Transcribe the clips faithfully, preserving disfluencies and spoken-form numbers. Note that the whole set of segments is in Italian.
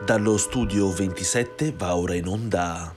Dallo studio ventisette va ora in onda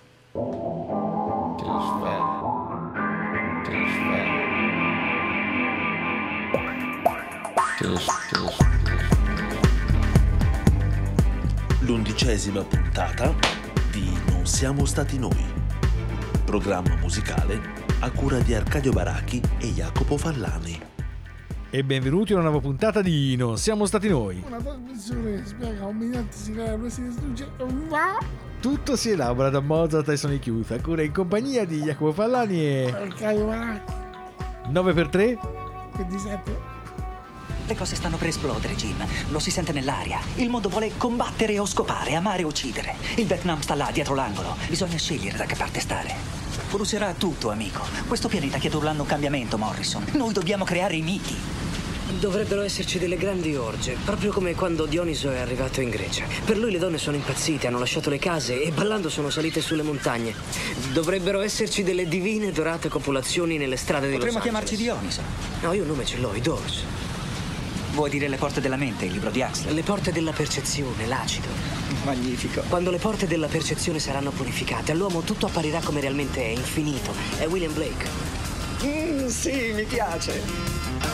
l'undicesima puntata di Non siamo stati noi, programma musicale a cura di Arcadio Baracchi e Jacopo Fallani. E benvenuti a una nuova puntata di Non siamo stati noi. Una trasmissione che spiega un minuto si crea, si distrugge. Tutto si elabora da Mozart e Sonic Youth, a cura in compagnia di Jacopo Fallani e Arcadio Baracchi. nove per tre ventisette. Le cose stanno per esplodere, Jim. Lo si sente nell'aria. Il mondo vuole combattere o scopare, amare o uccidere. Il Vietnam sta là, dietro l'angolo. Bisogna scegliere da che parte stare. Brucerà tutto, amico. Questo pianeta chiede urlando un cambiamento, Morrison. Noi dobbiamo creare i miti. Dovrebbero esserci delle grandi orge, proprio come quando Dioniso è arrivato in Grecia. Per lui le donne sono impazzite, hanno lasciato le case e ballando sono salite sulle montagne. Dovrebbero esserci delle divine dorate copulazioni nelle strade di Los Potremmo Angeles. chiamarci Dioniso. No, io un nome ce l'ho, i Doors. Vuoi dire Le porte della mente, il libro di Huxley? Le porte della percezione, l'acido. Magnifico. Quando le porte della percezione saranno purificate, all'uomo tutto apparirà come realmente è, infinito. È William Blake. Mm, sì, mi piace.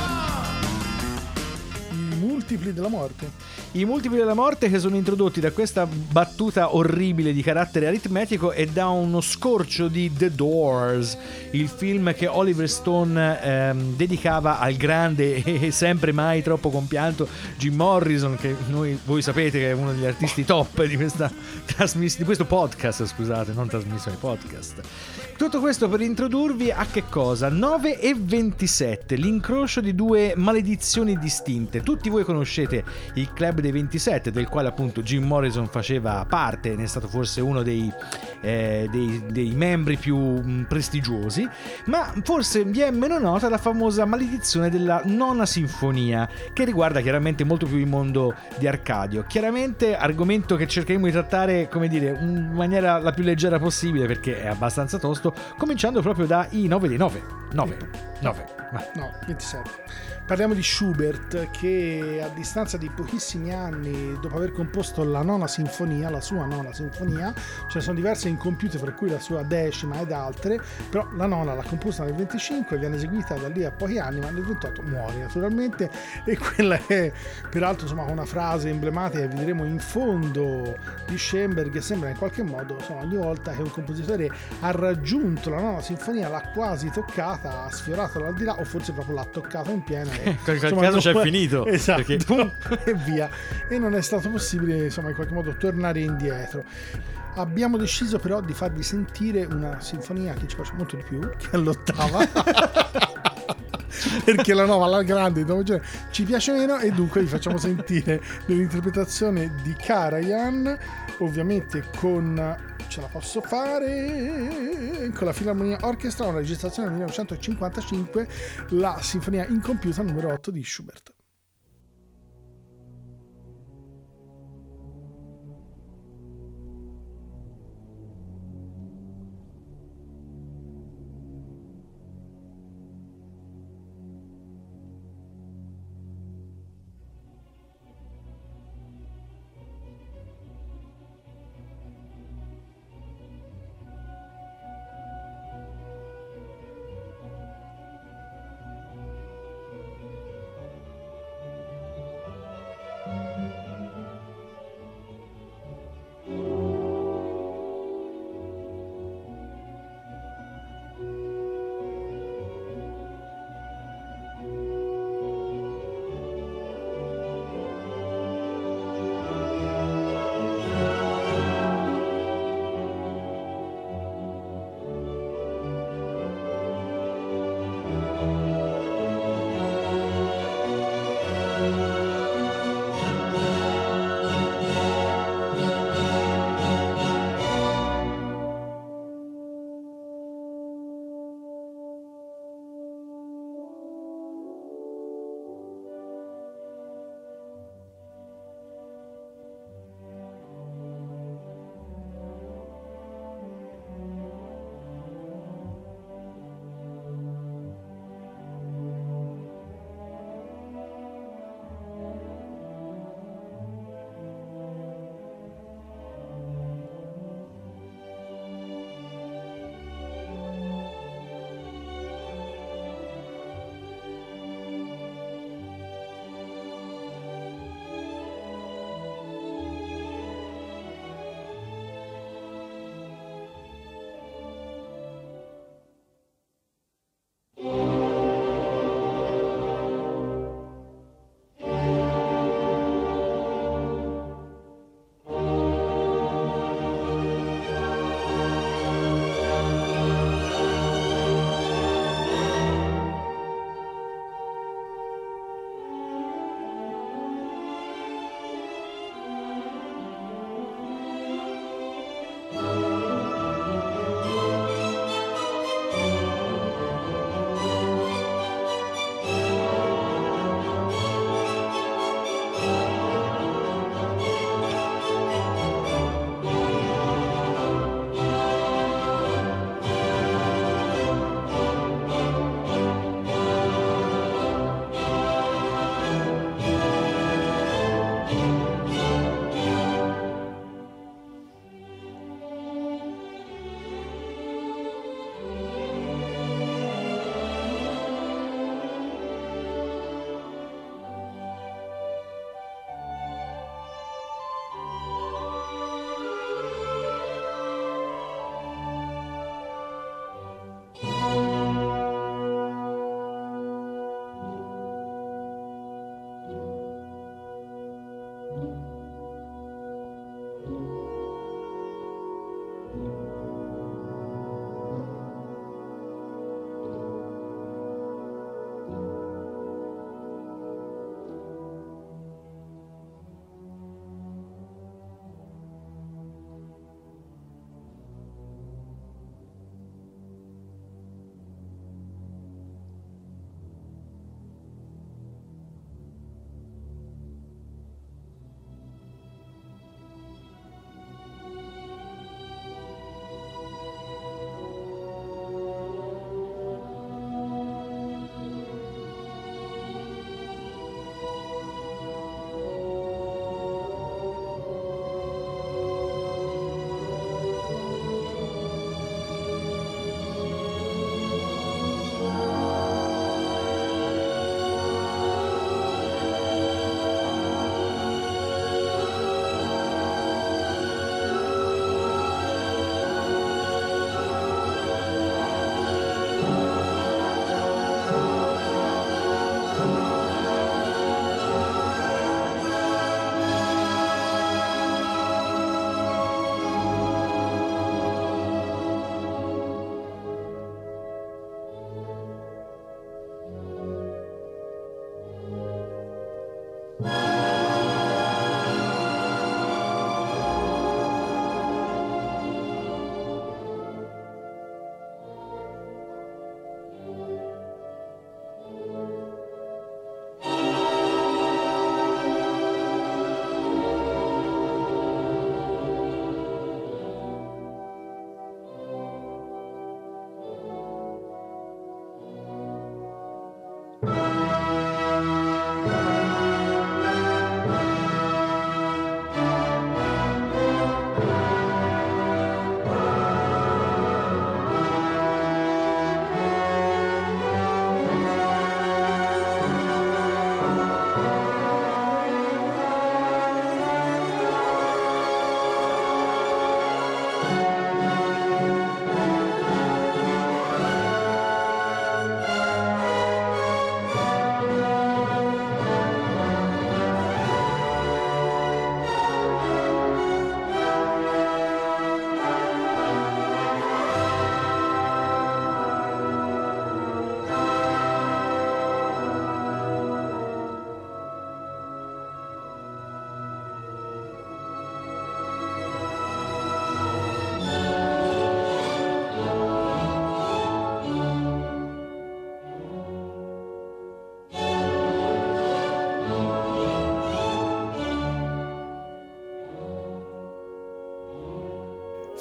I multipli della morte. I multipli della morte, che sono introdotti da questa battuta orribile di carattere aritmetico e da uno scorcio di The Doors, il film che Oliver Stone ehm, dedicava al grande e sempre mai troppo compianto Jim Morrison, che noi, voi sapete che è uno degli artisti top di questa trasmissione, di questo podcast, scusate, non trasmissione, podcast. Tutto questo per introdurvi a che cosa? nove e ventisette, l'incrocio di due maledizioni distinte. Tutti voi conoscete il Club dei ventisette, del quale appunto Jim Morrison faceva parte, ne è stato forse uno dei, eh, dei, dei membri più mh, prestigiosi, ma forse vi è meno nota la famosa maledizione della nona sinfonia, che riguarda chiaramente molto più il mondo di Arcadio. Chiaramente argomento che cercheremo di trattare, come dire, in maniera la più leggera possibile, perché è abbastanza tosto, cominciando proprio dai nove dei nove. nove. nove. No, ventisette. Parliamo di Schubert, che a distanza di pochissimi anni, dopo aver composto la nona sinfonia, la sua nona sinfonia, ce ne sono diverse incompiute, fra cui la sua decima ed altre, però la nona l'ha composta nel venticinque, viene eseguita da lì a pochi anni, ma nel ventotto muore naturalmente, e quella è peraltro insomma una frase emblematica che vedremo in fondo di Schoenberg, che sembra in qualche modo, insomma, ogni volta che un compositore ha raggiunto la nona sinfonia, l'ha quasi toccata, ha sfiorato l'aldilà, o forse proprio l'ha toccata in pieno. In quel caso c'è finito, esatto, perché... e via, e non è stato possibile insomma in qualche modo tornare indietro. Abbiamo deciso però di farvi sentire una sinfonia che ci piace molto di più, che è l'ottava perché la nova, la grande, ci piace meno, e dunque vi facciamo sentire dell'interpretazione di Karajan, ovviamente con Ce la posso fare con la Philharmonia Orchestra, una registrazione del millenovecentocinquantacinque, la sinfonia incompiuta numero otto di Schubert.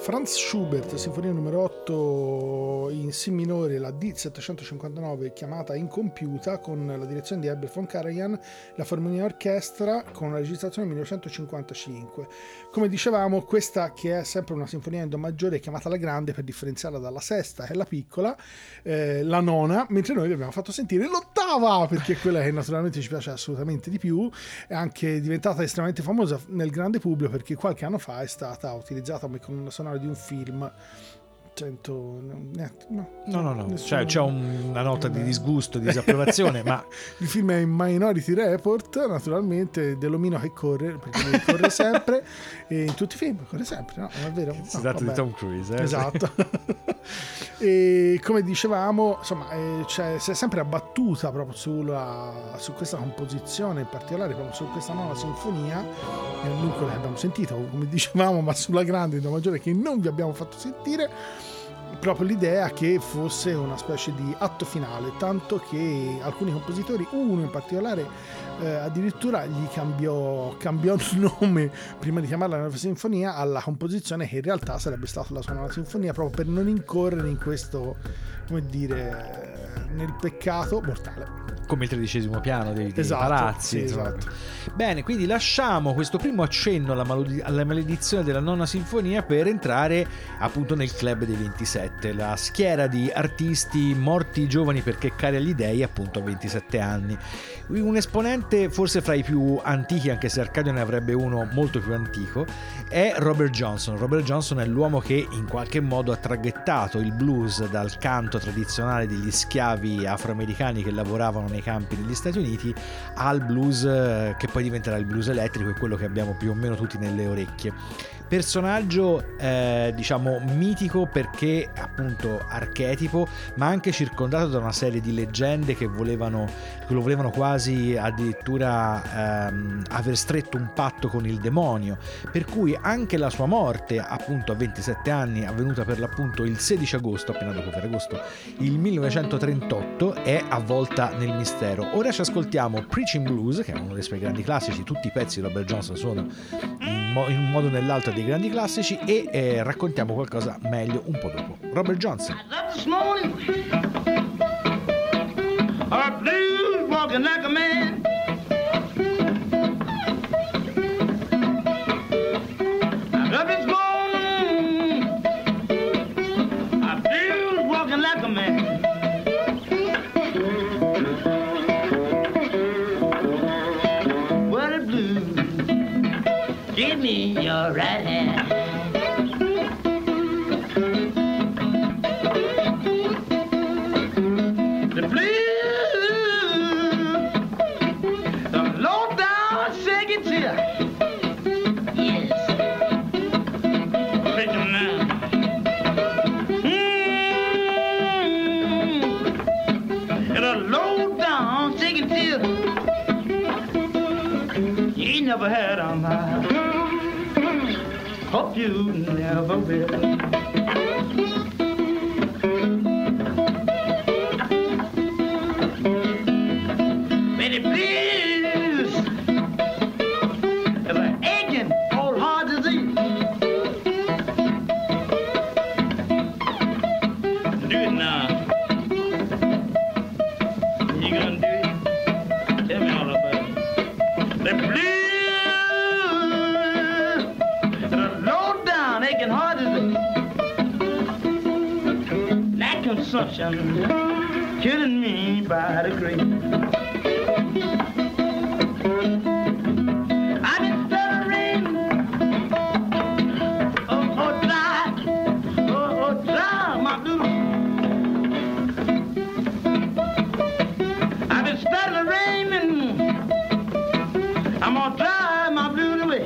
Franz Schubert, sinfonia numero otto in Si minore, la D settecentocinquantanove, chiamata Incompiuta, con la direzione di Herbert von Karajan, la Philharmonia Orchestra, con la registrazione del millenovecentocinquantacinque. Come dicevamo, questa, che è sempre una sinfonia in do maggiore, è chiamata la grande per differenziarla dalla sesta, che è la piccola, eh, la nona, mentre noi vi abbiamo fatto sentire l'ottava, perché è quella che naturalmente ci piace assolutamente di più. È anche diventata estremamente famosa nel grande pubblico perché qualche anno fa è stata utilizzata come colonna sonora di un film. cento niente, no, no no no nessuno... cioè, c'è un, una nota di disgusto, di disapprovazione. Ma il film è in Minority Report, naturalmente, dell'omino che corre, perché lui corre sempre, e in tutti i film corre sempre, no? Non è vero? Si No, tratta vabbè. di Tom Cruise, eh? Esatto. E come dicevamo, insomma, eh, cioè, si è sempre abbattuta proprio sulla, su questa composizione, in particolare proprio su questa nuova sinfonia, eh, non quella che abbiamo sentito, come dicevamo, ma sulla grande in do maggiore che non vi abbiamo fatto sentire, proprio l'idea che fosse una specie di atto finale, tanto che alcuni compositori, uno in particolare, eh, addirittura gli cambiò, cambiò il nome prima di chiamarla nuova sinfonia alla composizione che in realtà sarebbe stata la sua nuova sinfonia, proprio per non incorrere in questo, come dire, nel peccato mortale. Come il tredicesimo piano dei, dei Esatto, palazzi. sì, insomma. esatto. Bene, quindi lasciamo questo primo accenno alla, maludi- alla maledizione della nona sinfonia per entrare appunto nel club dei ventisette, la schiera di artisti morti giovani perché cari agli dei, appunto a ventisette anni. Un esponente forse fra i più antichi, anche se Arcadio ne avrebbe uno molto più antico, è Robert Johnson. Robert Johnson è l'uomo che in qualche modo ha traghettato il blues dal canto tradizionale degli schiavi afroamericani che lavoravano nei campi negli Stati Uniti al blues che poi diventerà il blues elettrico, e quello che abbiamo più o meno tutti nelle orecchie. Personaggio eh, diciamo mitico perché appunto archetipo, ma anche circondato da una serie di leggende che volevano che lo volevano quasi addirittura ehm, aver stretto un patto con il demonio, per cui anche la sua morte appunto a ventisette anni, avvenuta per l'appunto il sedici agosto, appena dopo Ferragosto il millenovecentotrentotto, è avvolta nel mistero. Ora ci ascoltiamo Preaching Blues, che è uno dei suoi grandi classici. Tutti i pezzi di Robert Johnson sono in, mo- in un modo o nell'altro dei grandi classici, e eh, raccontiamo qualcosa meglio un po' dopo. Robert Johnson. Walking like a man, I love his morning. I feel walking like a man. What a blues. Give me your right hand. The blues. Never had a mind. Hope you never will. Betty, please, it's an aching old heart disease. Do it now. You gonna do it? Tell me all about it. Betty, please. Consumption killing me by the grave. I've been stuttering, oh, oh, dry, oh, oh, dry, my blue. I've been stuttering, I'm gonna dry my blues away.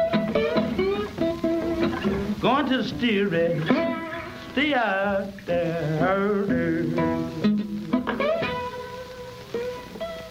Going to the steerage. Stay out there.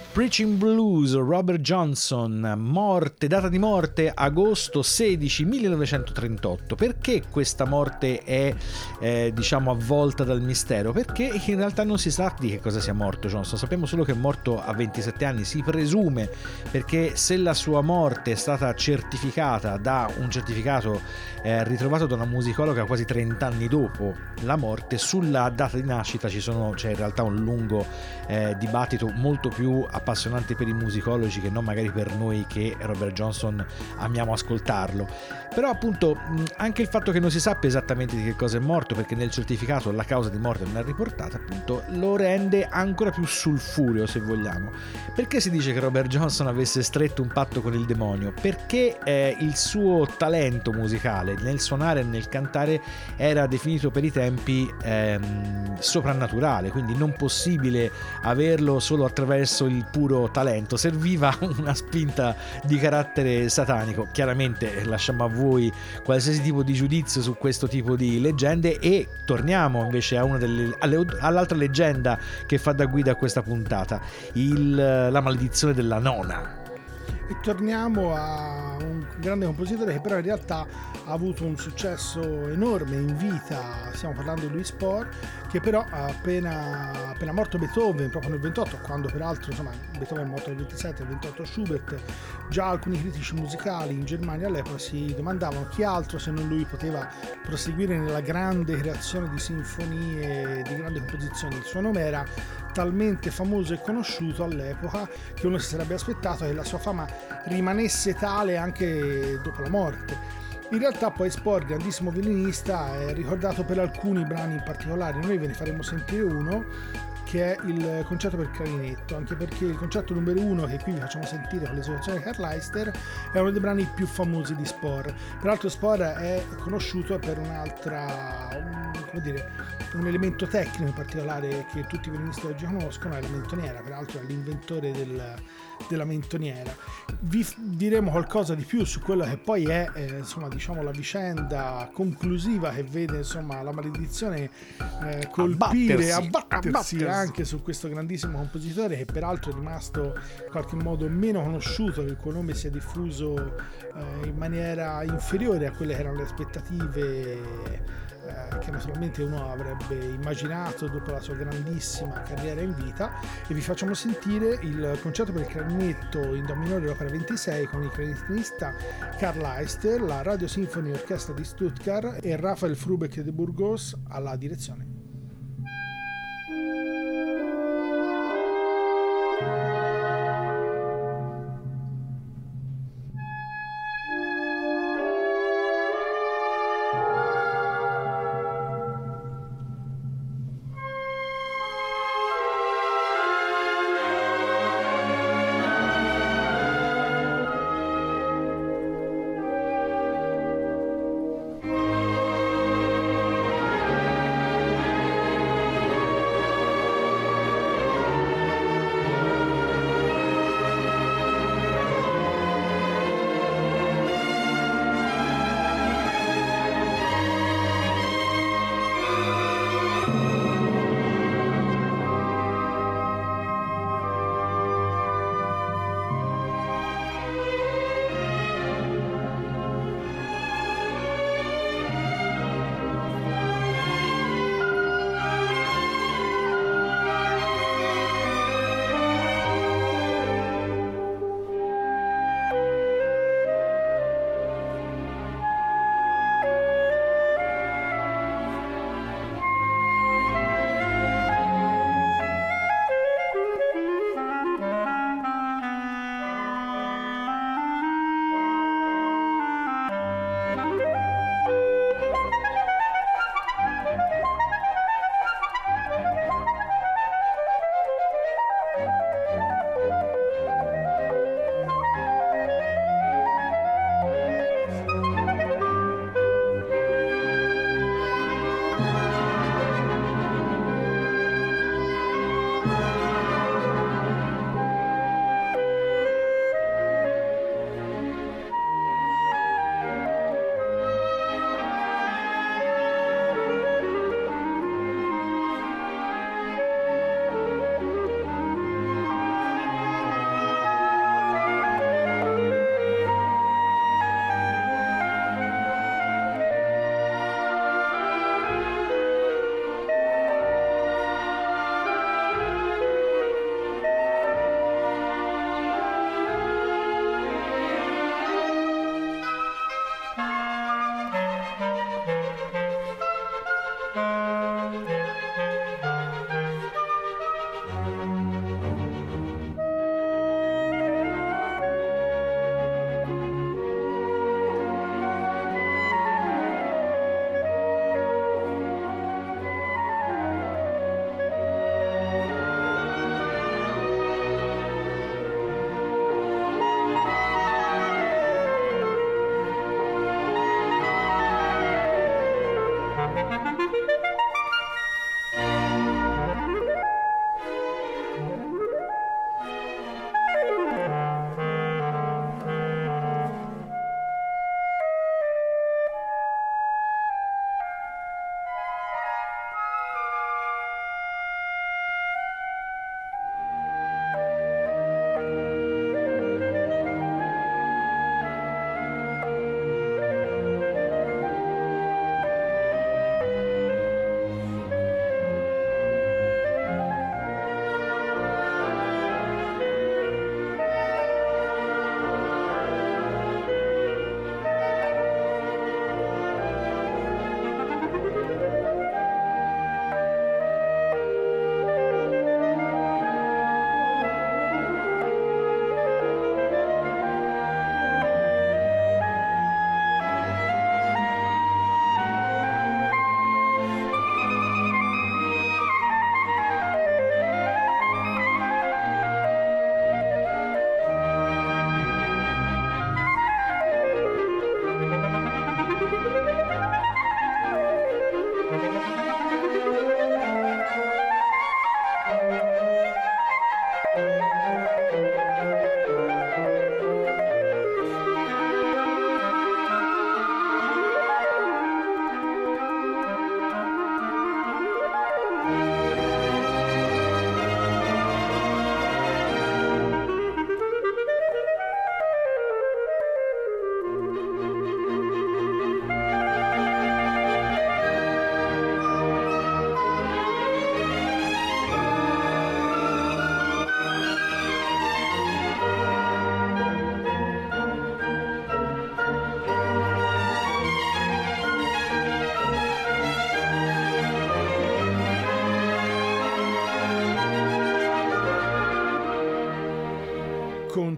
Preaching Blues, Robert Johnson, morte, data di morte agosto sedici millenovecentotrentotto. Perché questa morte è eh, diciamo avvolta dal mistero? Perché in realtà non si sa di che cosa sia morto Johnson, sappiamo solo che è morto a ventisette anni, si presume, perché se la sua morte è stata certificata da un certificato eh, ritrovato da una musicologa quasi trenta anni dopo la morte, sulla data di nascita ci sono, c'è in realtà un lungo eh, dibattito molto più appassionante per i musicologi che non magari per noi che Robert Johnson amiamo ascoltarlo. Però appunto anche il fatto che non si sappia esattamente di che cosa è morto, perché nel certificato la causa di morte non è riportata, appunto lo rende ancora più sulfureo, se vogliamo. Perché si dice che Robert Johnson avesse stretto un patto con il demonio? Perché eh, il suo talento musicale nel suonare e nel cantare era definito per i tempi ehm, soprannaturale, quindi non possibile averlo solo attraverso il puro talento, serviva una spinta di carattere satanico. Chiaramente lasciamo a voi qualsiasi tipo di giudizio su questo tipo di leggende e torniamo invece a una delle, alle, all'altra leggenda che fa da guida a questa puntata, il, la maledizione della nona. E torniamo a un grande compositore che però in realtà ha avuto un successo enorme in vita. Stiamo parlando di Louis Spohr, che però appena, appena morto Beethoven, proprio nel ventotto, quando peraltro insomma Beethoven è morto nel ventisette, nel ventotto Schubert, già alcuni critici musicali in Germania all'epoca si domandavano chi altro se non lui poteva proseguire nella grande creazione di sinfonie, di grandi composizioni. Il suo nome era talmente famoso e conosciuto all'epoca che uno si sarebbe aspettato che la sua fama rimanesse tale anche dopo la morte. In realtà poi Spohr, grandissimo violinista, è ricordato per alcuni brani in particolare. Noi ve ne faremo sentire uno, che è il concerto per clarinetto, anche perché il concerto numero uno che qui vi facciamo sentire con l'esecuzione di Carl Leister è uno dei brani più famosi di Spohr. Peraltro Spohr è conosciuto per un'altra, un, come dire, un elemento tecnico in particolare che tutti i violinisti oggi conoscono, è la mentoniera. Peraltro è l'inventore del, della mentoniera. Vi diremo qualcosa di più su quello che poi è eh, insomma diciamo la vicenda conclusiva che vede insomma la maledizione eh, colpire, abbattersi, abbattersi, abbattersi anche su questo grandissimo compositore, che peraltro è rimasto in qualche modo meno conosciuto, il cui nome si è diffuso eh, in maniera inferiore a quelle che erano le aspettative che naturalmente uno avrebbe immaginato dopo la sua grandissima carriera in vita. E vi facciamo sentire il concerto per il clarinetto in do minore opera ventisei con il clarinettista Carl Leister, la Radio Symphony Orchestra di Stuttgart e Raphael Frubeck de Burgos alla direzione.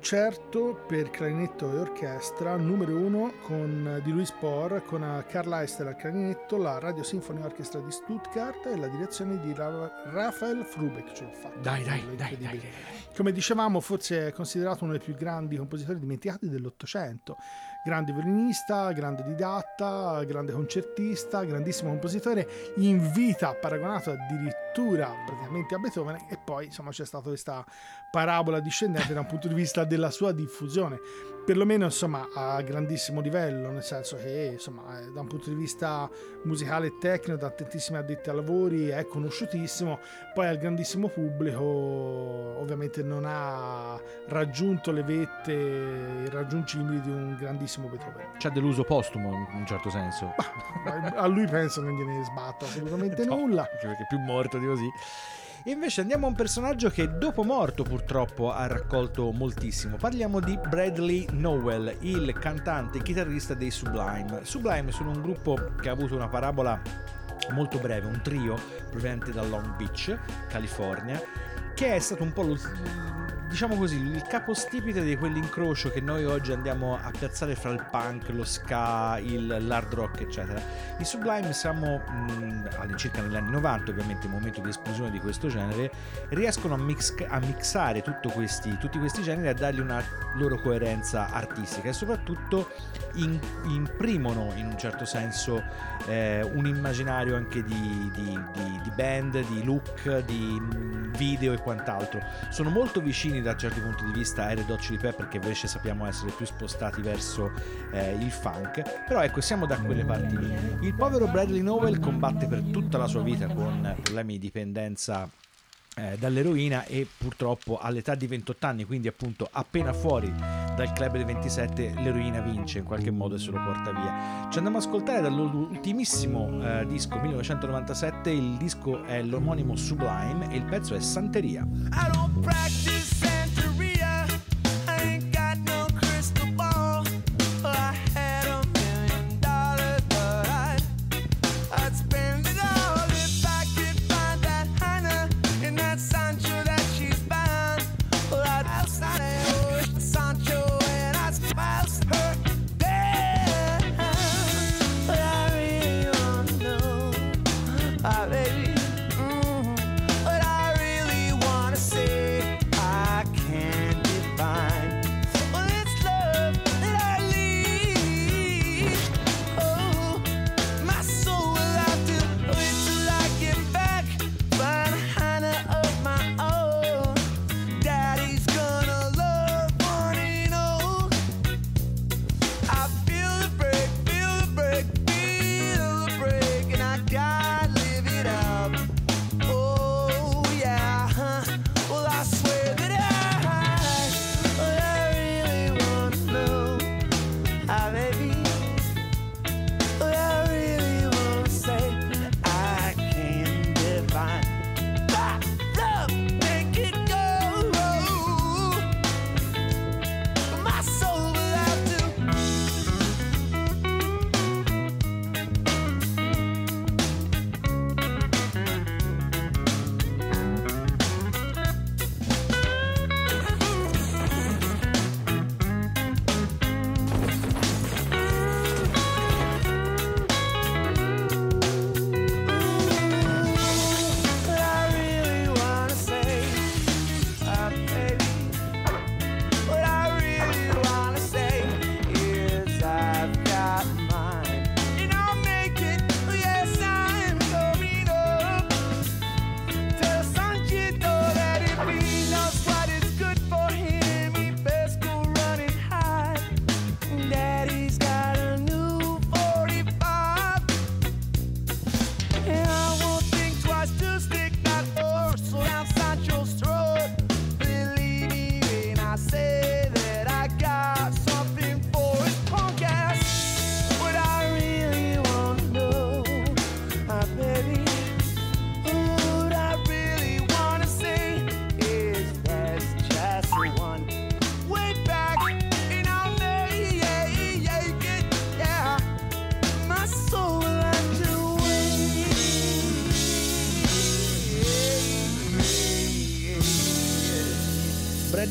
concerto per clarinetto e orchestra numero uno con, di Louis Spohr, con Carl Eister al clarinetto, la Radio Symphony Orchestra di Stuttgart e la direzione di Ra- Raphael Frubeck. Ce l'ho fatta. Dai, dai, dai, dai. Come dicevamo, forse è considerato uno dei più grandi compositori dimenticati dell'Ottocento. Grande violinista, grande didatta, grande concertista, grandissimo compositore, in vita paragonato addirittura praticamente a Beethoven, e poi insomma c'è stata questa parabola discendente da un punto di vista della sua diffusione, perlomeno insomma a grandissimo livello, nel senso che insomma da un punto di vista musicale e tecnico, da tantissimi addetti ai lavori, è conosciutissimo, poi al grandissimo pubblico ovviamente non ha raggiunto le vette irraggiungibili di un grandissimo Beethoven. C'ha deluso postumo in un certo senso. Bah, a lui penso non gliene sbatta assolutamente no, nulla, perché è più morto di così. E invece andiamo a un personaggio che dopo morto purtroppo ha raccolto moltissimo. Parliamo di Bradley Nowell, il cantante e chitarrista dei Sublime. Sublime sono un gruppo che ha avuto una parabola molto breve, un trio proveniente da Long Beach, California, che è stato un po' lo, diciamo così, il capostipite di quell'incrocio che noi oggi andiamo a piazzare fra il punk, lo ska, il, l'hard rock eccetera. I Sublime, siamo mh, all'incirca negli anni novanta, ovviamente il momento di esplosione di questo genere, riescono a, mix, a mixare tutto questi, tutti questi generi e a dargli una loro coerenza artistica, e soprattutto in, imprimono in un certo senso eh, un immaginario anche di, di, di, di band, di look, di video e quant'altro. Sono molto vicini da certi punti di vista ai Red Hot Chili Pepper, che invece sappiamo essere più spostati verso eh, il funk, però ecco, siamo da quelle parti lì. Il povero Bradley Nowell combatte per tutta la sua vita con problemi di dipendenza eh, dall'eroina, e purtroppo all'età di ventotto anni, quindi appunto appena fuori dal club dei ventisette, l'eroina vince in qualche modo e se lo porta via. Ci andiamo ad ascoltare dall'ultimissimo eh, disco millenovecentonovantasette, il disco è l'omonimo Sublime e il pezzo è Santeria. I don't practice Santeria. I ain't got no crystal ball. I had a million dollars, but I'd, I'd spend it all if I could find that Hannah in that Sancho that she's bound. Well, I'd house Sancho and I'd spouse her down. But I really wanna know, ah, baby. But I really wanna say I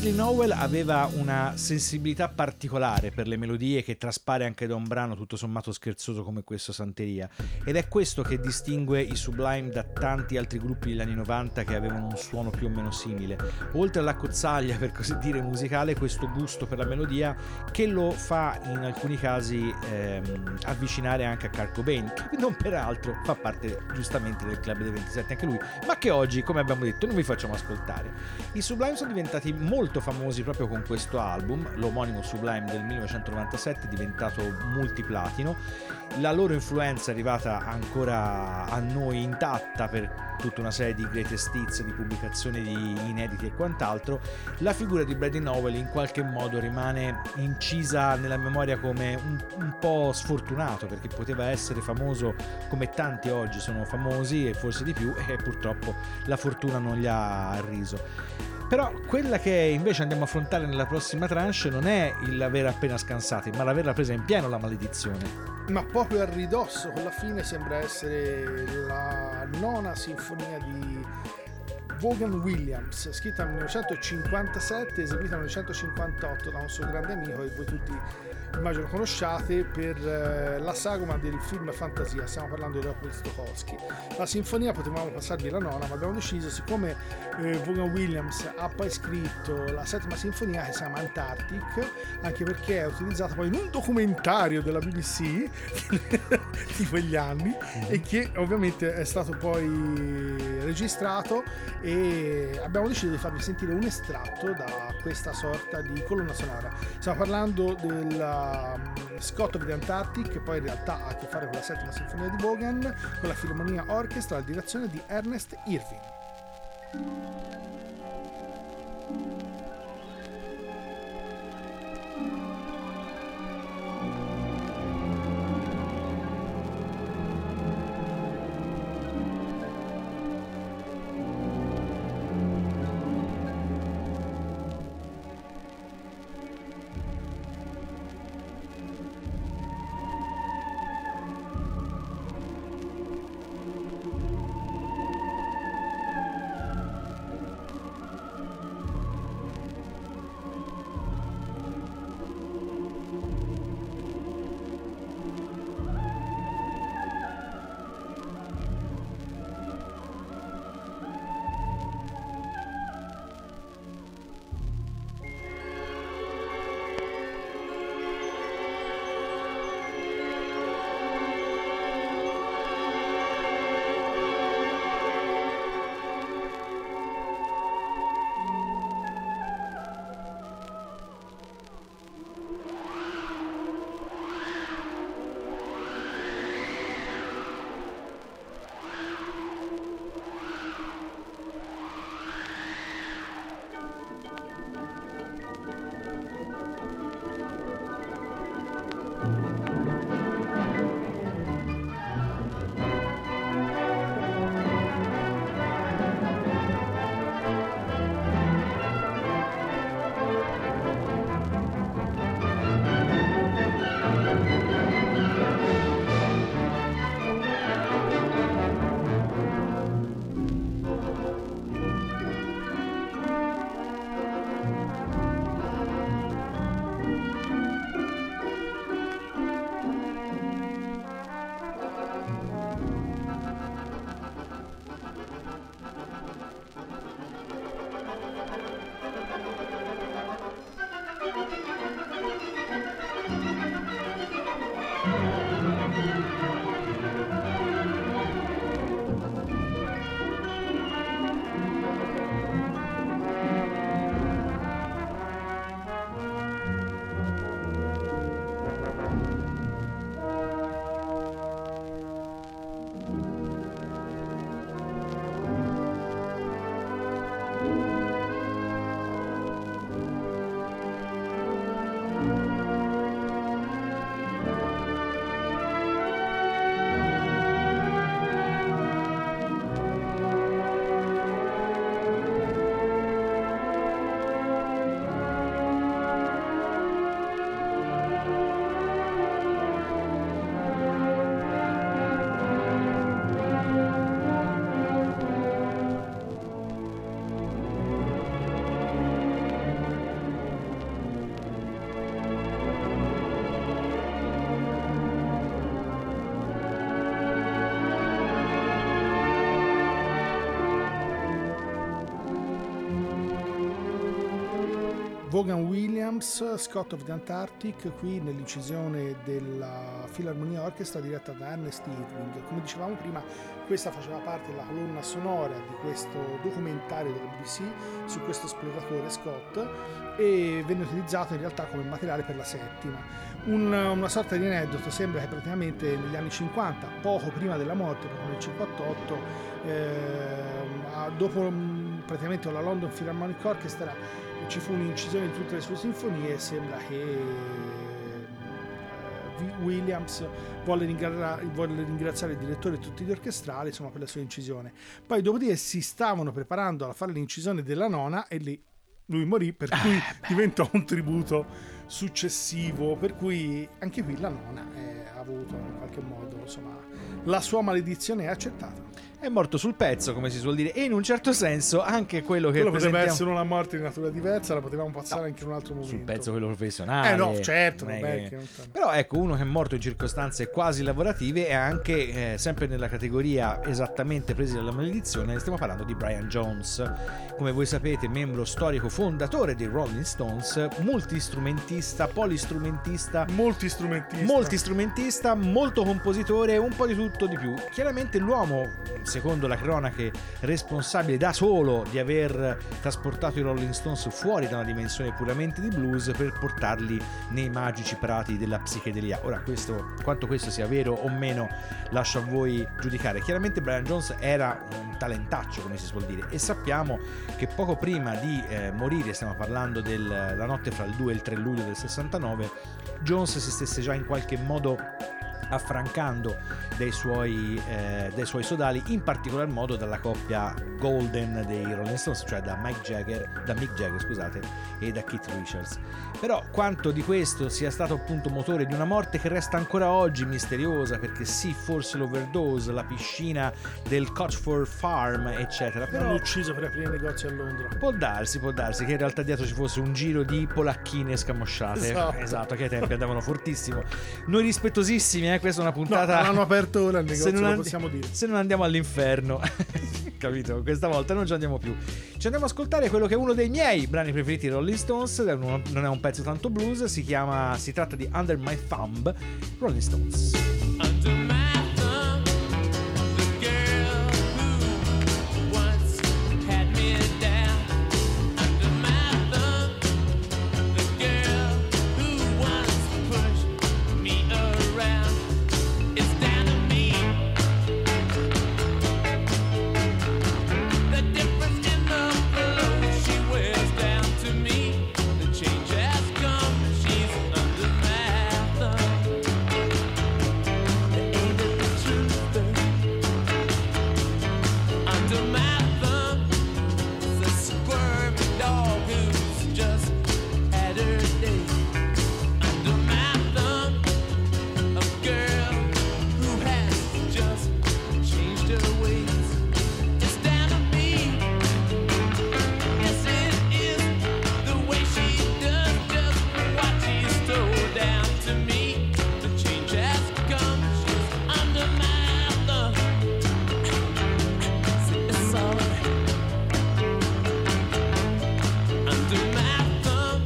Bradley Nowell aveva una sensibilità particolare per le melodie che traspare anche da un brano tutto sommato scherzoso come questo Santeria, ed è questo che distingue i Sublime da tanti altri gruppi degli anni novanta che avevano un suono più o meno simile. Oltre alla cozzaglia, per così dire, musicale, questo gusto per la melodia che lo fa in alcuni casi ehm, avvicinare anche a Kurt Cobain, che non peraltro fa parte giustamente del Club dei ventisette anche lui, ma che oggi, come abbiamo detto, non vi facciamo ascoltare. I Sublime sono diventati molto famosi proprio con questo album, l'omonimo Sublime del millenovecentonovantasette, diventato multiplatino. La loro influenza è arrivata ancora a noi intatta per tutta una serie di greatest hits, di pubblicazioni di inediti e quant'altro. La figura di Bradley Nowell in qualche modo rimane incisa nella memoria come un, un po' sfortunato, perché poteva essere famoso come tanti oggi sono famosi e forse di più, e purtroppo la fortuna non gli ha arriso. Però quella che invece andiamo a affrontare nella prossima tranche non è l'aver appena scansati, ma l'averla presa in pieno la maledizione. Ma proprio a ridosso, con la fine sembra essere la nona sinfonia di Vaughan Williams, scritta nel millenovecentocinquantasette, eseguita nel millenovecentocinquantotto da un suo grande amico che voi tutti immagino conosciate per eh, la sagoma del film Fantasia. Stiamo parlando di Leopold Stokowski. La sinfonia potevamo passarvi la nona, ma abbiamo deciso, siccome eh, Vaughan Williams ha poi scritto la settima sinfonia che si chiama Antarctic, anche perché è utilizzata poi in un documentario della B B C di quegli anni, e che ovviamente è stato poi registrato, e abbiamo deciso di farvi sentire un estratto da questa sorta di colonna sonora. Stiamo parlando del Scott of the Antarctic, che poi in realtà ha a che fare con la settima sinfonia di Vaughan, con la Philharmonia Orchestra, alla direzione di Ernest Irving. Vaughan Williams, Scott of the Antarctic, qui nell'incisione della Philharmonia Orchestra diretta da Ernest Irving. Come dicevamo prima, questa faceva parte della colonna sonora di questo documentario della B B C su questo esploratore Scott e venne utilizzato in realtà come materiale per la settima. Un, una sorta di aneddoto: sembra che praticamente negli anni cinquanta, poco prima della morte, proprio nel cinquantotto, eh, dopo praticamente la London Philharmonic Orchestra, ci fu un'incisione di tutte le sue sinfonie e sembra che Williams volle, ringra- volle ringraziare il direttore e tutti gli orchestrali, insomma, per la sua incisione. Poi dopodiché si stavano preparando a fare l'incisione della nona e lì lui morì, per cui diventò un tributo successivo, per cui anche qui la nona è, ha avuto in qualche modo, insomma, la sua maledizione è accettata. È morto sul pezzo, come si suol dire, e in un certo senso anche quello che quello poteva presentiamo... essere una morte di natura diversa, la potevamo passare no, anche in un altro momento. Sul pezzo quello professionale. Eh no, certo, non è vabbè, che... che non... Però ecco, uno che è morto in circostanze quasi lavorative e anche eh, sempre nella categoria esattamente presi dalla maledizione, stiamo parlando di Brian Jones. Come voi sapete, membro storico fondatore dei Rolling Stones, multistrumentista, polistrumentista, multistrumentista, multistrumentista, molto compositore, un po' di tutto di più. Chiaramente l'uomo, secondo la cronache, responsabile da solo di aver trasportato i Rolling Stones fuori da una dimensione puramente di blues per portarli nei magici prati della psichedelia. Ora, questo, quanto questo sia vero o meno, lascio a voi giudicare. Chiaramente Brian Jones era un talentaccio, come si suol dire, e sappiamo che poco prima di eh, morire, stiamo parlando della notte fra il due e il tre luglio del sessantanove, Jones si stesse già in qualche modo affrancando dai suoi, eh, dai suoi sodali, in particolar modo dalla coppia Golden dei Rolling Stones, cioè da Mick Jagger, da Mick Jagger scusate, e da Keith Richards. Però quanto di questo sia stato appunto motore di una morte che resta ancora oggi misteriosa, perché sì, forse l'overdose, la piscina del Cochford Farm, eccetera, però l'hanno ucciso per aprire negozi a Londra. Può darsi, può darsi che in realtà dietro ci fosse un giro di polacchine scamosciate. Esatto, esatto, che ai tempi andavano fortissimo. Noi rispettosissimi, eh, questa è una puntata. No, hanno aperto ora il negozio, se non lo and- possiamo dire. Se non andiamo all'inferno, capito? Questa volta non ci andiamo più. Ci andiamo a ascoltare quello che è uno dei miei brani preferiti dei Rolling Stones. Non è un pezzo tanto blues, si chiama, si tratta di Under My Thumb, Rolling Stones. Under my thumb, the girl who once had me down. Under my thumb, the girl who once pushed me around. It's down to me. The difference in the clothes she wears down to me. The change has come. She's under my thumb. Ain't it the truth? Under my thumb is a squirmy dog who's just had her day. Under my thumb, a girl who has just changed her ways. It's down to me. Yes, it is the way she does just what she stole down to me. The change has come. She's under my thumb. It's alright. Under my thumb,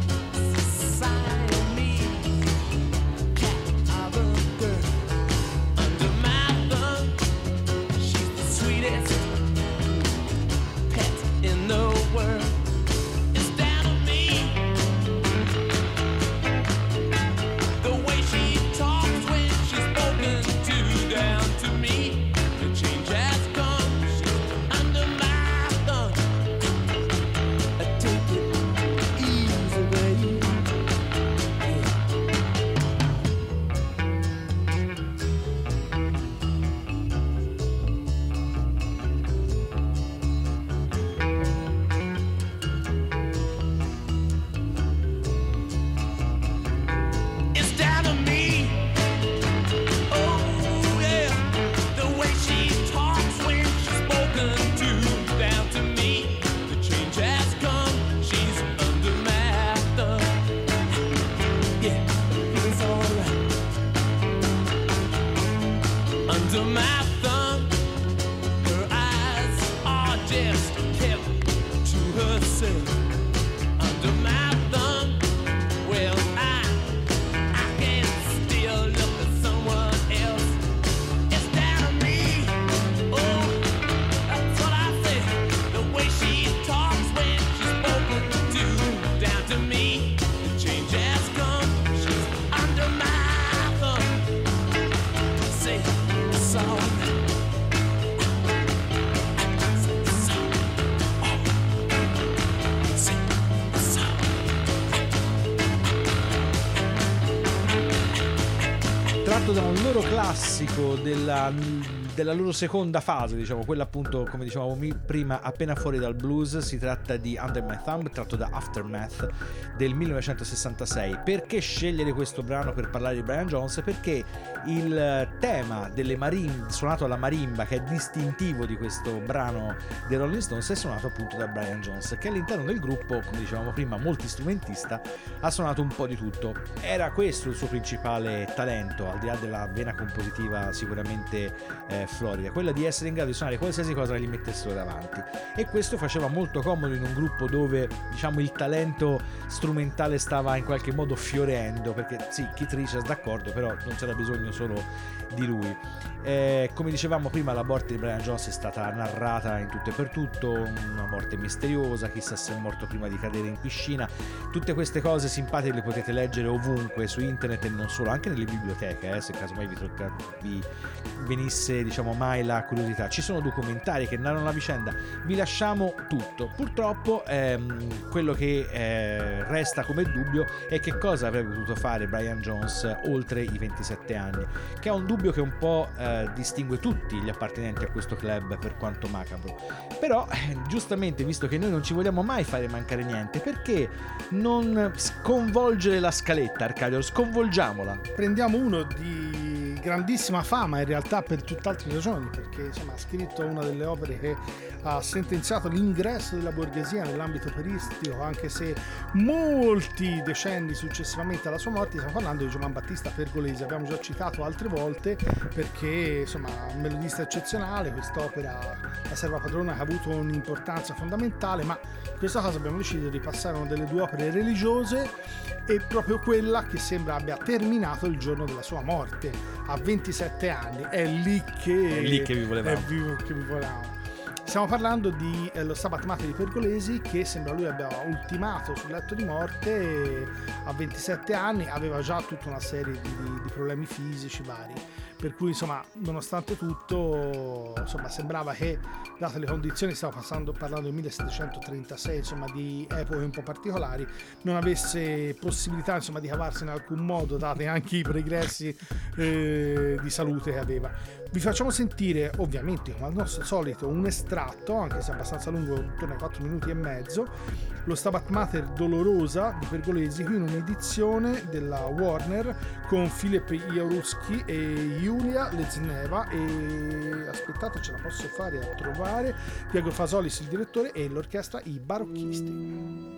Siamese cat of a girl. Under my thumb, she's the sweetest pet in the world. It's down to me. The way she talks when she's spoken to down to me. The change has come. She's under my thumb. I take it easy, baby. It's down to me. Oh yeah, the way she talks when she's spoken to down to me. The change has come. She's under my thumb. Yeah, it's alright. Under my thumb, her eyes are just kept to herself. Under my classico della, della loro seconda fase, diciamo, quella appunto, come dicevamo prima, appena fuori dal blues. Si tratta di Under My Thumb, tratto da Aftermath del millenovecentosessantasei. Perché scegliere questo brano per parlare di Brian Jones? Perché il tema delle marimbe, suonato alla marimba, che è distintivo di questo brano dei Rolling Stones, è suonato appunto da Brian Jones, che all'interno del gruppo, come dicevamo prima, multistrumentista, ha suonato un po' di tutto. Era questo il suo principale talento, al di là della vena compositiva sicuramente eh, florida, quella di essere in grado di suonare qualsiasi cosa che gli mettessero davanti, e questo faceva molto comodo in un gruppo dove, diciamo, il talento strumentale stava in qualche modo fiorendo, perché sì, Keith Richards d'accordo, però non c'era bisogno solo di lui. Eh, come dicevamo prima, la morte di Brian Jones è stata narrata in tutto e per tutto, una morte misteriosa, chissà se è morto prima di cadere in piscina. Tutte queste cose simpatiche le potete leggere ovunque su internet e non solo, anche nelle biblioteche, eh, se casomai vi, tocca, vi venisse, diciamo, mai la curiosità. Ci sono documentari che narrano la vicenda, vi lasciamo tutto. Purtroppo ehm, quello che eh, resta come dubbio è che cosa avrebbe potuto fare Brian Jones oltre i ventisette anni, che è un dubbio che un po' eh, distingue tutti gli appartenenti a questo club, per quanto macabro. Però eh, giustamente, visto che noi non ci vogliamo mai fare mancare niente, perché non sconvolgere la scaletta, Arcadio? Sconvolgiamola. Prendiamo uno di grandissima fama, in realtà per tutt'altre ragioni, perché insomma ha scritto una delle opere che ha sentenziato l'ingresso della borghesia nell'ambito operistico, anche se molti decenni successivamente alla sua morte. Stiamo parlando di Giovan Battista Pergolesi, abbiamo già citato altre volte, perché insomma un melodista eccezionale. Quest'opera, La serva padrona, che ha avuto un'importanza fondamentale, ma in questo caso abbiamo deciso di passare una delle due opere religiose, e proprio quella che sembra abbia terminato il giorno della sua morte, a ventisette anni. È lì che, è lì che vi volevamo. È vivo che vi volevamo. Stiamo parlando di eh, lo Stabat Mater di Pergolesi, che sembra lui abbia ultimato sul letto di morte a ventisette anni. Aveva già tutta una serie di, di, di problemi fisici vari, per cui insomma, nonostante tutto, insomma, sembrava che, date le condizioni, stiamo passando, parlando del millesettecentotrentasei, insomma, di epoche un po' particolari, non avesse possibilità, insomma, di cavarsi in alcun modo, date anche i pregressi eh, di salute che aveva. Vi facciamo sentire, ovviamente, come al nostro solito, un estratto, anche se abbastanza lungo, intorno ai quattro minuti e mezzo, lo Stabat Mater Dolorosa di Pergolesi, qui in un'edizione della Warner con Filip Jaruski e Julia Lezneva, e aspettate, ce la posso fare a trovare, Diego Fasolis il direttore, e l'orchestra I Barocchisti.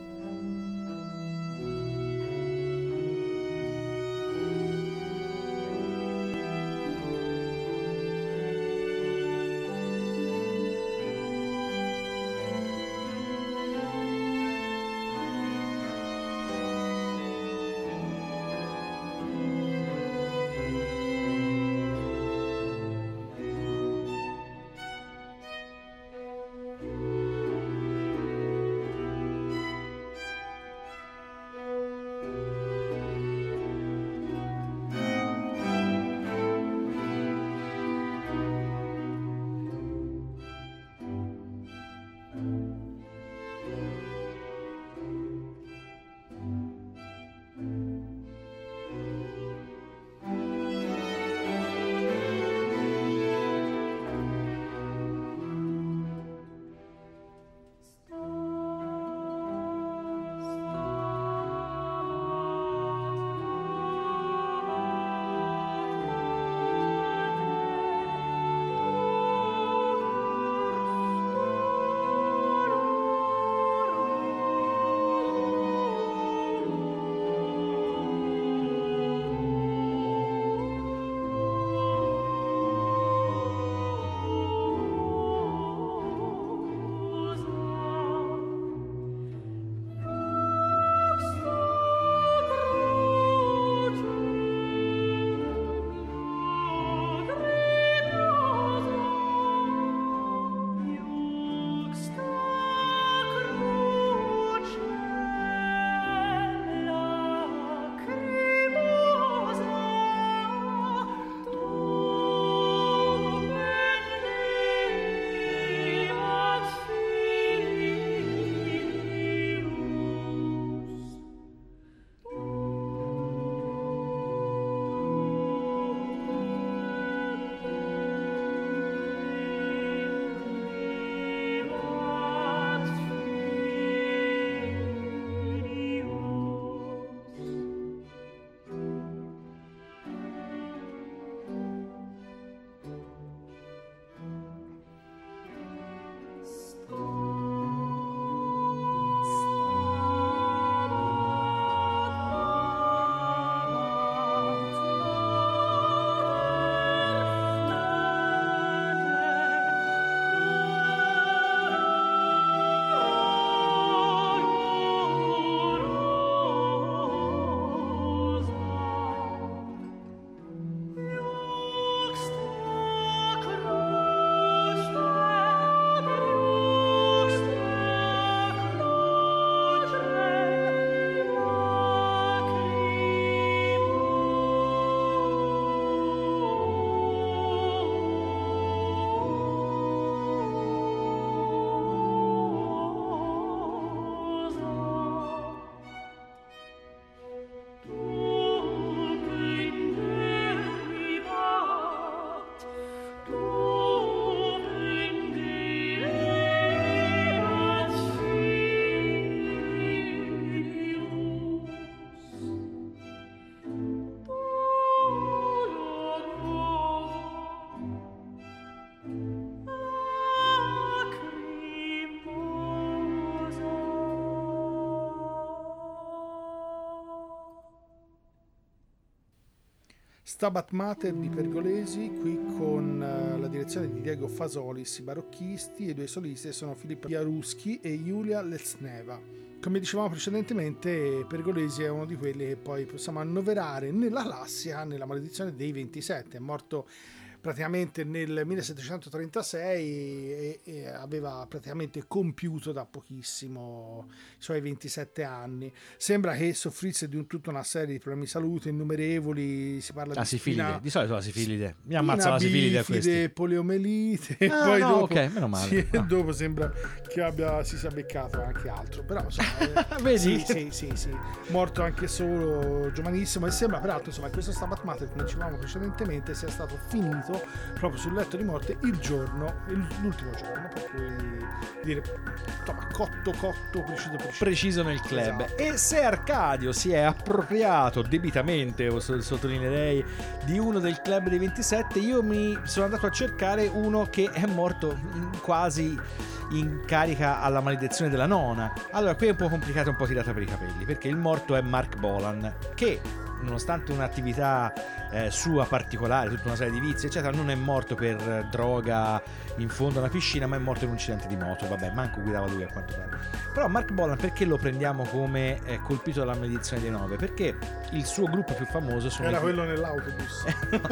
Stabat Mater di Pergolesi, qui con eh, la direzione di Diego Fasolis, i barocchisti, e i due solisti sono Filippo Jaruski e Julia Lesneva. Come dicevamo precedentemente, Pergolesi è uno di quelli che poi possiamo annoverare nella classica, nella maledizione dei ventisette. È morto praticamente nel millesettecentotrentasei e, e aveva praticamente compiuto da pochissimo i suoi ventisette anni. Sembra che soffrisse di un, tutta una serie di problemi di salute innumerevoli, si parla La di sifilide, spina, di solito la sifilide. Mi spina ammazza la sifilide a bifide, questi. poliomelite, e Ah, poi no, dopo, ok, meno male. sì, Ah. dopo sembra che abbia, si sia beccato anche altro, però insomma, eh, Vedi? sì, sì, sì, sì, morto anche solo giovanissimo, e sembra peraltro insomma questo Stabat Mater, come dicevamo precedentemente, sia stato finito proprio sul letto di morte il giorno, l'ultimo giorno, per cui dire insomma cotto cotto preciso preciso, Preciso nel club. Esatto. E se Arcadio si è appropriato debitamente, o so- sottolineerei, di uno del club dei ventisette, io mi sono andato a cercare uno che è morto in- quasi in carica alla maledizione della nona. Allora, qui è un po' complicato, un po' tirata per i capelli, perché il morto è Mark Bolan, che nonostante un'attività eh, sua particolare, tutta una serie di vizi eccetera, non è morto per eh, droga in fondo a una piscina, ma è morto in un incidente di moto. Vabbè, manco guidava lui a quanto pare. Però Mark Bolan, perché lo prendiamo come eh, colpito dalla maledizione dei nove? Perché il suo gruppo più famoso sono era i- quello nell'autobus.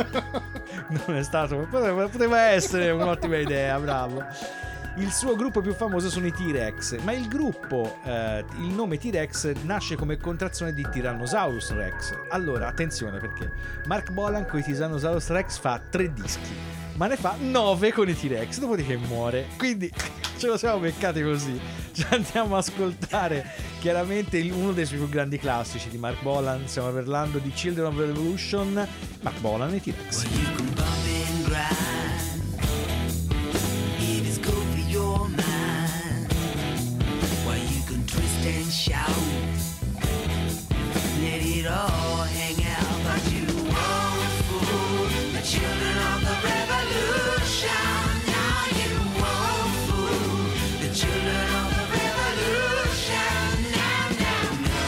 non è stato, poteva, poteva essere un'ottima idea, bravo. Il suo gruppo più famoso sono i T-Rex, ma il gruppo, eh, il nome T-Rex nasce come contrazione di Tyrannosaurus Rex. Allora, attenzione, perché Mark Bolan con i Tyrannosaurus Rex fa tre dischi, ma ne fa nove con i T-Rex, dopodiché muore. Quindi ce lo siamo beccati così. Ci andiamo a ascoltare chiaramente il- uno dei suoi più grandi classici di Mark Bolan. Stiamo parlando di Children of the Revolution, Mark Bolan e i T-Rex. You can bump and grind if it's good for your mind. While you can twist and shout, let it all hang out. But you won't fool the children of the revolution. Now you won't fool the children of the revolution. Now, now,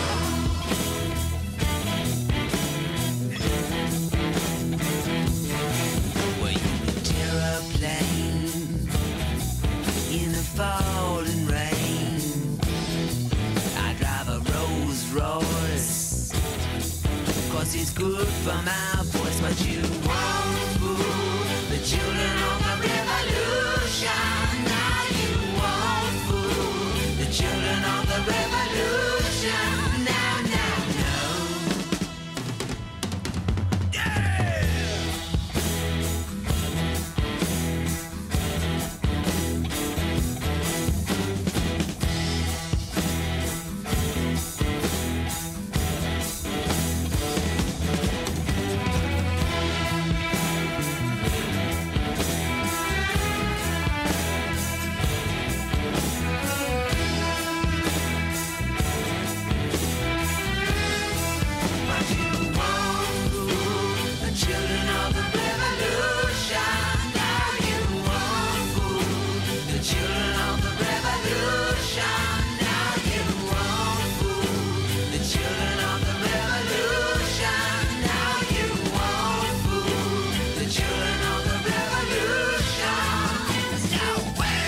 well, you can tear a plane in the falling rain. I drive a Rolls Royce, cause it's good for my voice. But you won't fool the children of the revolution. Now you won't fool the children of the revolution. Now, now, no. Yeah! But you won't fool the children of the revolution. Now you won't fool the children of the revolution. Now you won't fool the children of the revolution. Now you won't fool the children of the revolution. No way.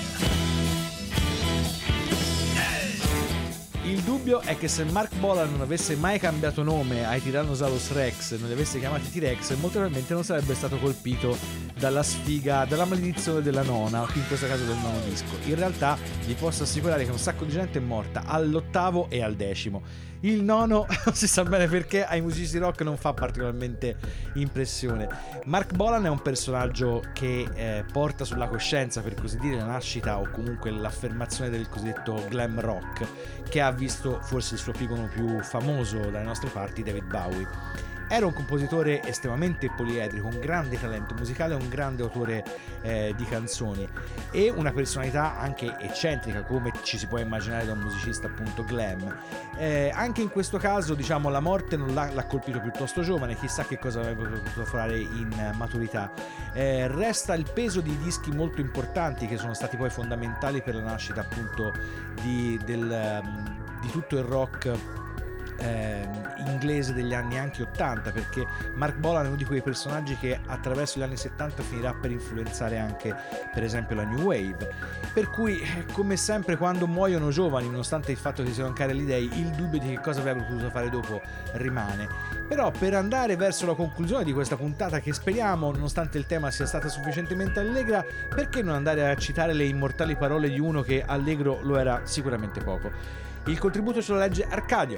Il dubbio è che se Mark Bolan non avesse mai cambiato nome ai Tyrannosaurus Rex, non li avesse chiamati T-Rex, molto probabilmente non sarebbe stato colpito dalla sfiga, dalla maledizione della nona, in questo caso del nono disco. In realtà vi posso assicurare che un sacco di gente è morta all'ottavo e al decimo. Il nono, non si sa bene perché, ai musicisti rock non fa particolarmente impressione. Mark Bolan è un personaggio che eh, porta sulla coscienza, per così dire, la nascita o comunque l'affermazione del cosiddetto glam rock, che ha visto forse il suo piccolo più famoso dalle nostre parti, David Bowie. Era un compositore estremamente poliedrico, un grande talento musicale, un grande autore eh, di canzoni e una personalità anche eccentrica, come ci si può immaginare da un musicista appunto glam. Eh, anche in questo caso, diciamo, la morte non l'ha, l'ha colpito piuttosto giovane, chissà che cosa avrebbe potuto fare in maturità. Eh, resta il peso di dischi molto importanti che sono stati poi fondamentali per la nascita appunto di, del, di tutto il rock ehm, inglese degli anni anche ottanta, perché Mark Bolan è uno di quei personaggi che attraverso gli anni settanta finirà per influenzare anche per esempio la New Wave, per cui eh, come sempre quando muoiono giovani, nonostante il fatto che siano cari le idee, il dubbio di che cosa avrebbero potuto fare dopo rimane. Però per andare verso la conclusione di questa puntata, che speriamo, nonostante il tema sia stata sufficientemente allegra, perché non andare a citare le immortali parole di uno che allegro lo era sicuramente poco. Il contributo ce lo legge Arcadio.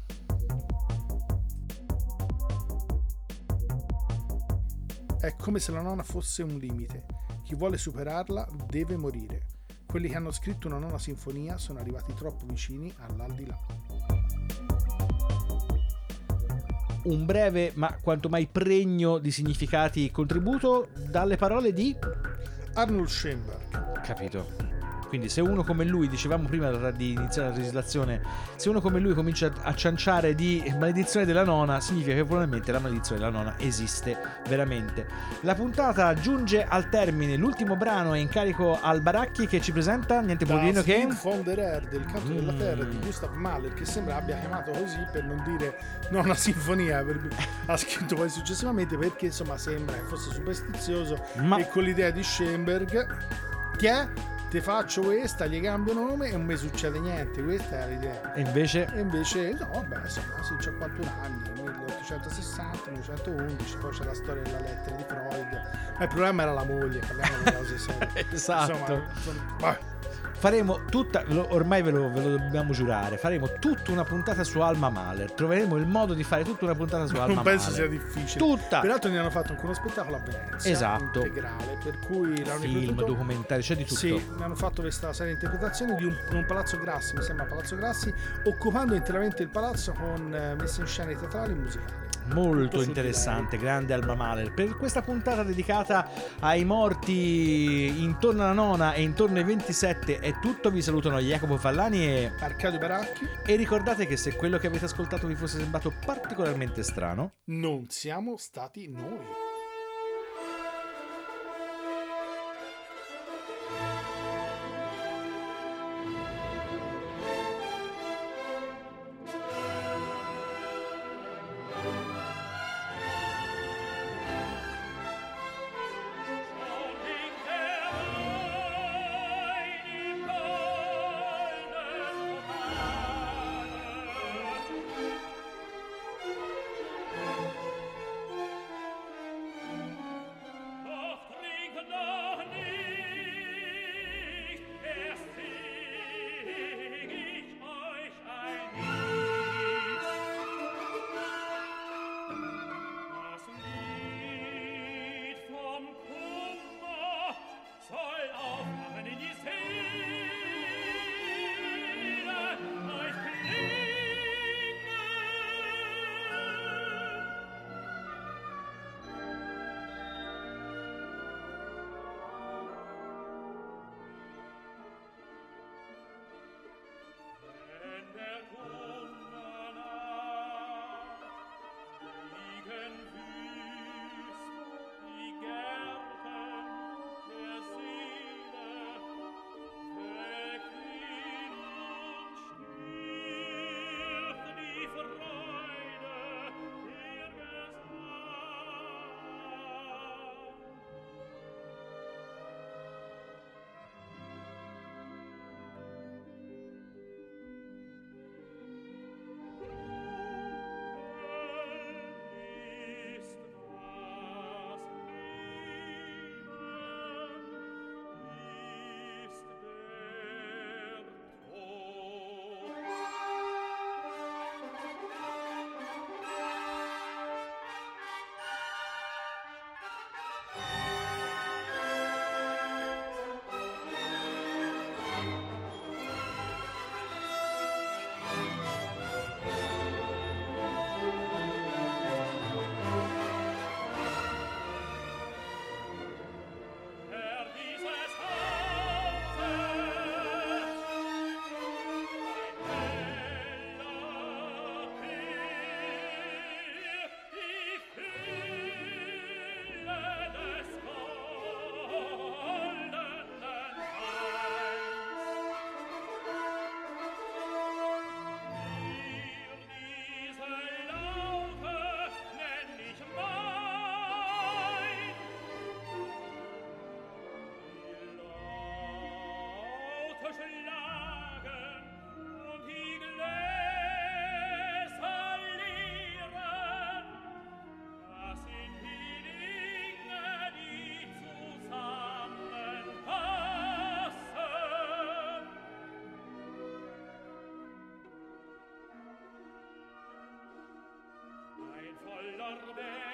È come se la nona fosse un limite. Chi vuole superarla deve morire. Quelli che hanno scritto una nona sinfonia sono arrivati troppo vicini all'aldilà. Un breve ma quanto mai pregno di significati contributo dalle parole di Arnold Schoenberg. Capito. Quindi se uno come lui, dicevamo prima di iniziare la legislazione, se uno come lui comincia a cianciare di maledizione della nona, significa che probabilmente la maledizione della nona esiste veramente. La puntata giunge al termine, l'ultimo brano è in carico al Baracchi, che ci presenta niente po' di meno che Das Lied von der Erde, il canto della terra di Gustav Mahler, che sembra abbia chiamato così per non dire nona sinfonia, per... ha scritto poi successivamente perché insomma sembra che fosse superstizioso. Ma- e con l'idea di Schoenberg ti è? Te faccio questa, gli cambio nome e non mi succede niente, questa è l'idea. E invece E invece no, beh, insomma, sì, cinquantuno anni, milleottocentosessanta, millenovecentoundici, poi c'è la storia della lettera di Freud. Ma il problema era la moglie, parliamo delle cose serie. Esatto. Insomma, insomma, vabbè. faremo tutta, ormai ve lo, ve lo dobbiamo giurare, faremo tutta una puntata su Alma Mahler. Troveremo il modo di fare tutta una puntata su Alma non Mahler. penso sia difficile. Tutta. Peraltro ne hanno fatto anche uno spettacolo a Venezia, Esatto. integrale, per cui l'hanno Film, ripetuto- documentari, c'è di tutto. Sì, ne hanno fatto questa serie di interpretazioni di un, un Palazzo Grassi, mi sembra Palazzo Grassi, occupando interamente il palazzo con eh, messe in scena teatrali e musicali. Molto Tutto su interessante, grande Alma Mahler. Per questa puntata dedicata ai morti intorno alla nona e intorno ai ventisette è tutto. Vi salutano Jacopo Fallani e Arcadio Baracchi. E ricordate che se quello che avete ascoltato vi fosse sembrato particolarmente strano, Non siamo stati noi.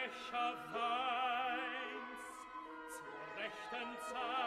Becher Weins zur rechten Zeit.